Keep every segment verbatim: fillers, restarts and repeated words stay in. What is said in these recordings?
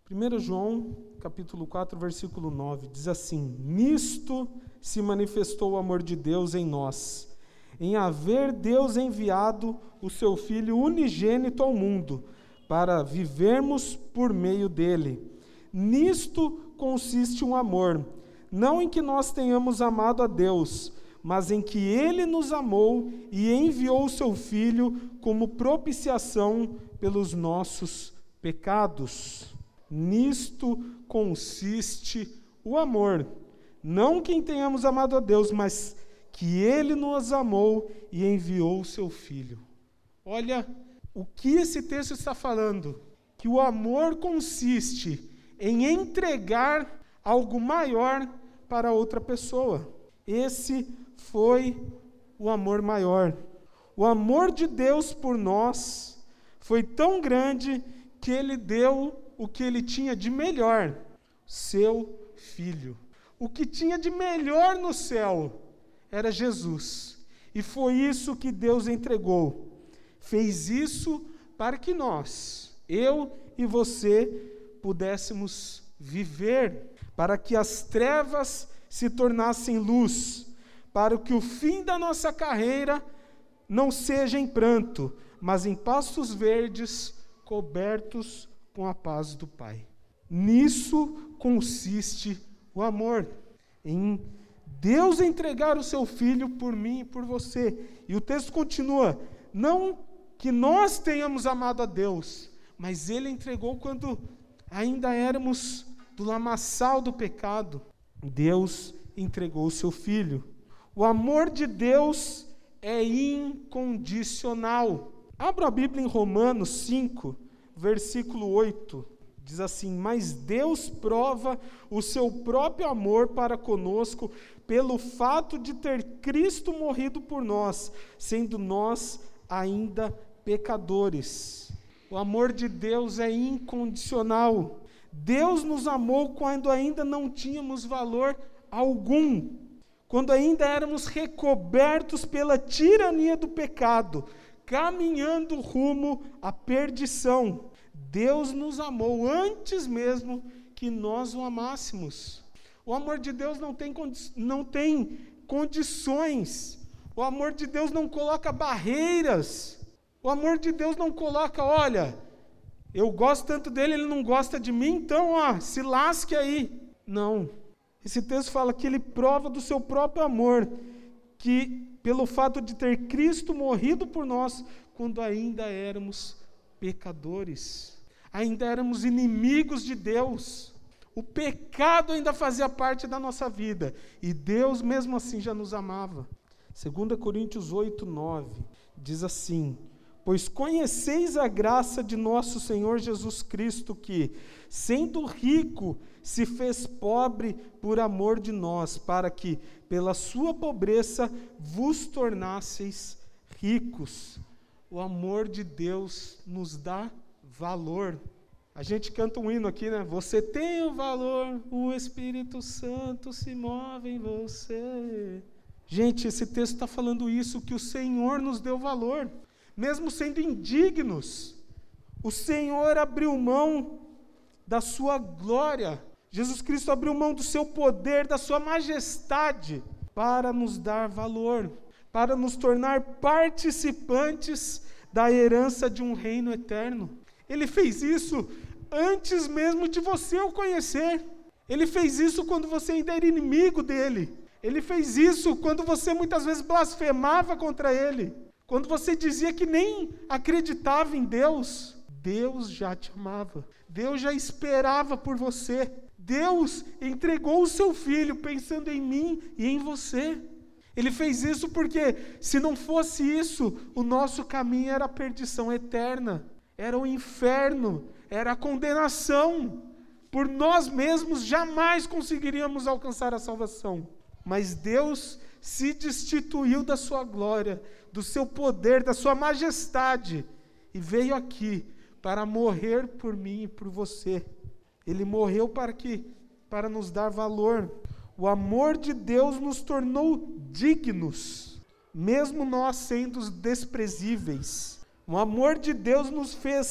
primeiro João, capítulo quatro, versículo nove, diz assim: nisto se manifestou o amor de Deus em nós, em haver Deus enviado o seu Filho unigênito ao mundo, para vivermos por meio dele. Nisto consiste o amor, não em que nós tenhamos amado a Deus, mas em que ele nos amou e enviou o seu Filho como propiciação pelos nossos pecados. Nisto consiste o amor, não que tenhamos amado a Deus, mas que ele nos amou e enviou o seu Filho. Olha o que esse texto está falando, que o amor consiste em entregar algo maior para outra pessoa. Esse foi o amor maior. O amor de Deus por nós foi tão grande que ele deu o que ele tinha de melhor, seu Filho. O que tinha de melhor no céu era Jesus. E foi isso que Deus entregou. Fez isso para que nós, eu e você, pudéssemos viver, para que as trevas se tornassem luz, para que o fim da nossa carreira não seja em pranto, mas em pastos verdes, cobertos com a paz do Pai. Nisso consiste o amor, em Deus entregar o seu Filho por mim e por você. E o texto continua, não que nós tenhamos amado a Deus, mas ele entregou quando ainda éramos do lamaçal do pecado. Deus entregou o seu Filho. O amor de Deus é incondicional. Abra a Bíblia em Romanos cinco, versículo oito. Diz assim: mas Deus prova o seu próprio amor para conosco pelo fato de ter Cristo morrido por nós, sendo nós ainda pecadores. O amor de Deus é incondicional. Deus nos amou quando ainda não tínhamos valor algum, quando ainda éramos recobertos pela tirania do pecado, caminhando rumo à perdição. Deus nos amou antes mesmo que nós o amássemos. O amor de Deus não tem, condi- não tem condições. O amor de Deus não coloca barreiras. O amor de Deus não coloca, olha, eu gosto tanto dele, ele não gosta de mim, então, ó, se lasque aí. Não. Esse texto fala que ele prova do seu próprio amor, que pelo fato de ter Cristo morrido por nós, quando ainda éramos pecadores, ainda éramos inimigos de Deus, o pecado ainda fazia parte da nossa vida, e Deus mesmo assim já nos amava. Segunda Coríntios oito, nove, diz assim: pois conheceis a graça de nosso Senhor Jesus Cristo, que, sendo rico, se fez pobre por amor de nós, para que, pela sua pobreza, vos tornasseis ricos. O amor de Deus nos dá valor. A gente canta um hino aqui, né? Você tem o valor, o Espírito Santo se move em você. Gente, esse texto está falando isso, que o Senhor nos deu valor. Mesmo sendo indignos, o Senhor abriu mão da sua glória. Jesus Cristo abriu mão do seu poder, da sua majestade, para nos dar valor, para nos tornar participantes da herança de um reino eterno. Ele fez isso antes mesmo de você o conhecer. Ele fez isso quando você ainda era inimigo dele. Ele fez isso quando você muitas vezes blasfemava contra ele. Quando você dizia que nem acreditava em Deus. Deus já te amava. Deus já esperava por você. Deus entregou o seu Filho pensando em mim e em você. Ele fez isso porque, se não fosse isso, o nosso caminho era a perdição eterna. Era o inferno, era a condenação. Por nós mesmos jamais conseguiríamos alcançar a salvação. Mas Deus se destituiu da sua glória, do seu poder, da sua majestade, e veio aqui para morrer por mim e por você. Ele morreu para que, para nos dar valor. O amor de Deus nos tornou dignos, mesmo nós sendo desprezíveis. O amor de Deus nos fez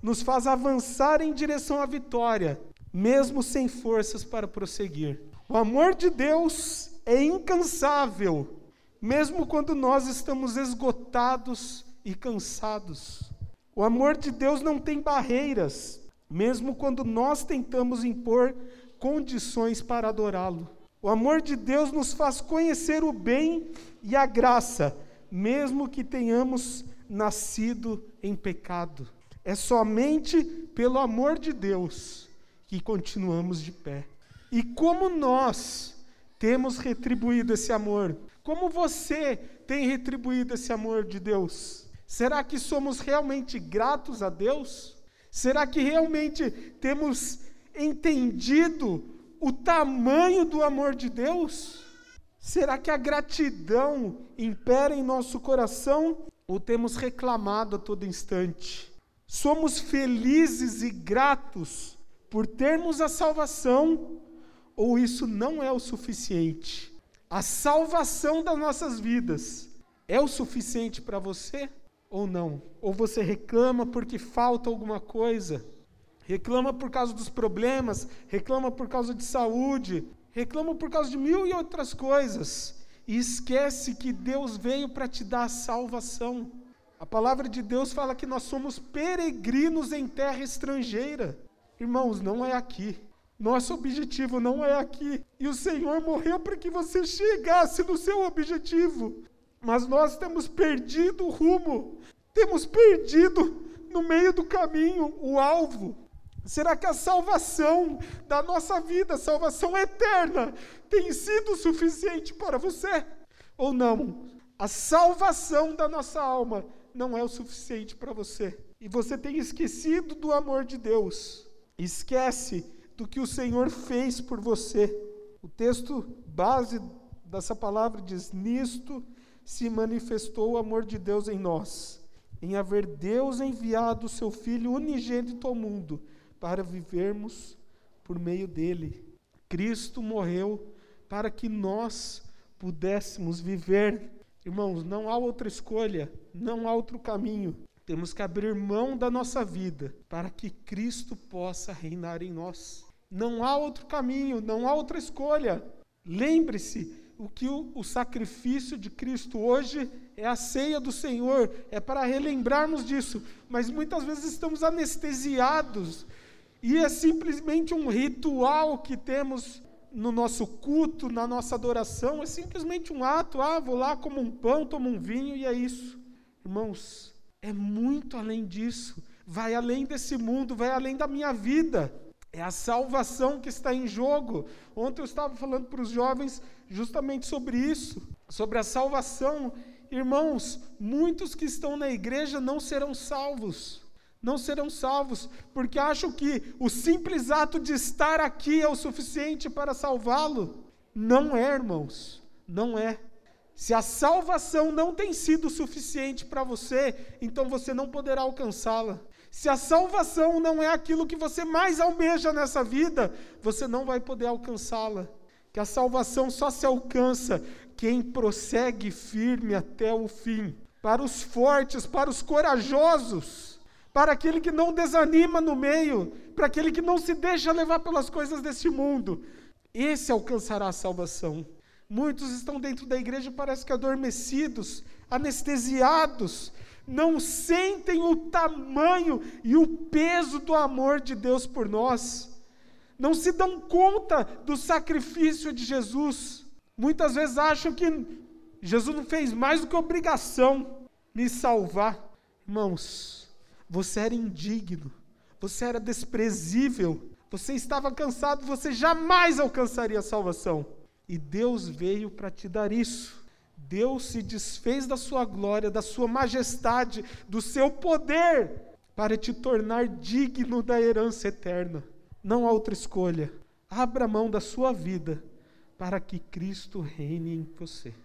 nos faz avançar em direção à vitória, mesmo sem forças para prosseguir. O amor de Deus é incansável, mesmo quando nós estamos esgotados e cansados. O amor de Deus não tem barreiras, mesmo quando nós tentamos impor condições para adorá-lo. O amor de Deus nos faz conhecer o bem e a graça, mesmo que tenhamos nascido em pecado. É somente pelo amor de Deus que continuamos de pé. E como nós temos retribuído esse amor? Como você tem retribuído esse amor de Deus? Será que somos realmente gratos a Deus? Será que realmente temos entendido o tamanho do amor de Deus? Será que a gratidão impera em nosso coração ou temos reclamado a todo instante? Somos felizes e gratos por termos a salvação ou isso não é o suficiente? A salvação das nossas vidas é o suficiente para você ou não? Ou você reclama porque falta alguma coisa? Reclama por causa dos problemas, reclama por causa de saúde, reclama por causa de mil e outras coisas, e esquece que Deus veio para te dar a salvação. A palavra de Deus fala que nós somos peregrinos em terra estrangeira. Irmãos, não é aqui. Nosso objetivo não é aqui. E o Senhor morreu para que você chegasse no seu objetivo. Mas nós temos perdido o rumo. Temos perdido no meio do caminho o alvo. Será que a salvação da nossa vida, a salvação eterna, tem sido suficiente para você? Ou não? A salvação da nossa alma não é o suficiente para você. E você tem esquecido do amor de Deus. Esquece do que o Senhor fez por você. O texto base dessa palavra diz: nisto se manifestou o amor de Deus em nós, em haver Deus enviado o seu Filho unigênito ao mundo, para vivermos por meio dele. Cristo morreu para que nós pudéssemos viver. Irmãos, não há outra escolha, não há outro caminho. Temos que abrir mão da nossa vida para que Cristo possa reinar em nós. Não há outro caminho, não há outra escolha. Lembre-se, o que o, o sacrifício de Cristo hoje é a ceia do Senhor, é para relembrarmos disso, mas muitas vezes estamos anestesiados, e é simplesmente um ritual que temos no nosso culto, na nossa adoração, é simplesmente um ato, ah, vou lá, como um pão, tomo um vinho e é isso. Irmãos, é muito além disso, vai além desse mundo, vai além da minha vida, é a salvação que está em jogo. Ontem eu estava falando para os jovens justamente sobre isso, sobre a salvação. Irmãos, muitos que estão na igreja não serão salvos, não serão salvos, porque acham que o simples ato de estar aqui é o suficiente para salvá-lo. Não é, irmãos, não é. Se a salvação não tem sido suficiente para você, então você não poderá alcançá-la. Se a salvação não é aquilo que você mais almeja nessa vida, você não vai poder alcançá-la. Que a salvação só se alcança quem prossegue firme até o fim. Para os fortes, para os corajosos, para aquele que não desanima no meio, para aquele que não se deixa levar pelas coisas deste mundo, esse alcançará a salvação. Muitos estão dentro da igreja, parece que adormecidos, anestesiados, não sentem o tamanho e o peso do amor de Deus por nós, não se dão conta do sacrifício de Jesus. Muitas vezes acham que Jesus não fez mais do que obrigação me salvar. Irmãos, você era indigno, você era desprezível, você estava cansado, você jamais alcançaria a salvação. E Deus veio para te dar isso. Deus se desfez da sua glória, da sua majestade, do seu poder, para te tornar digno da herança eterna. Não há outra escolha. Abra mão da sua vida para que Cristo reine em você.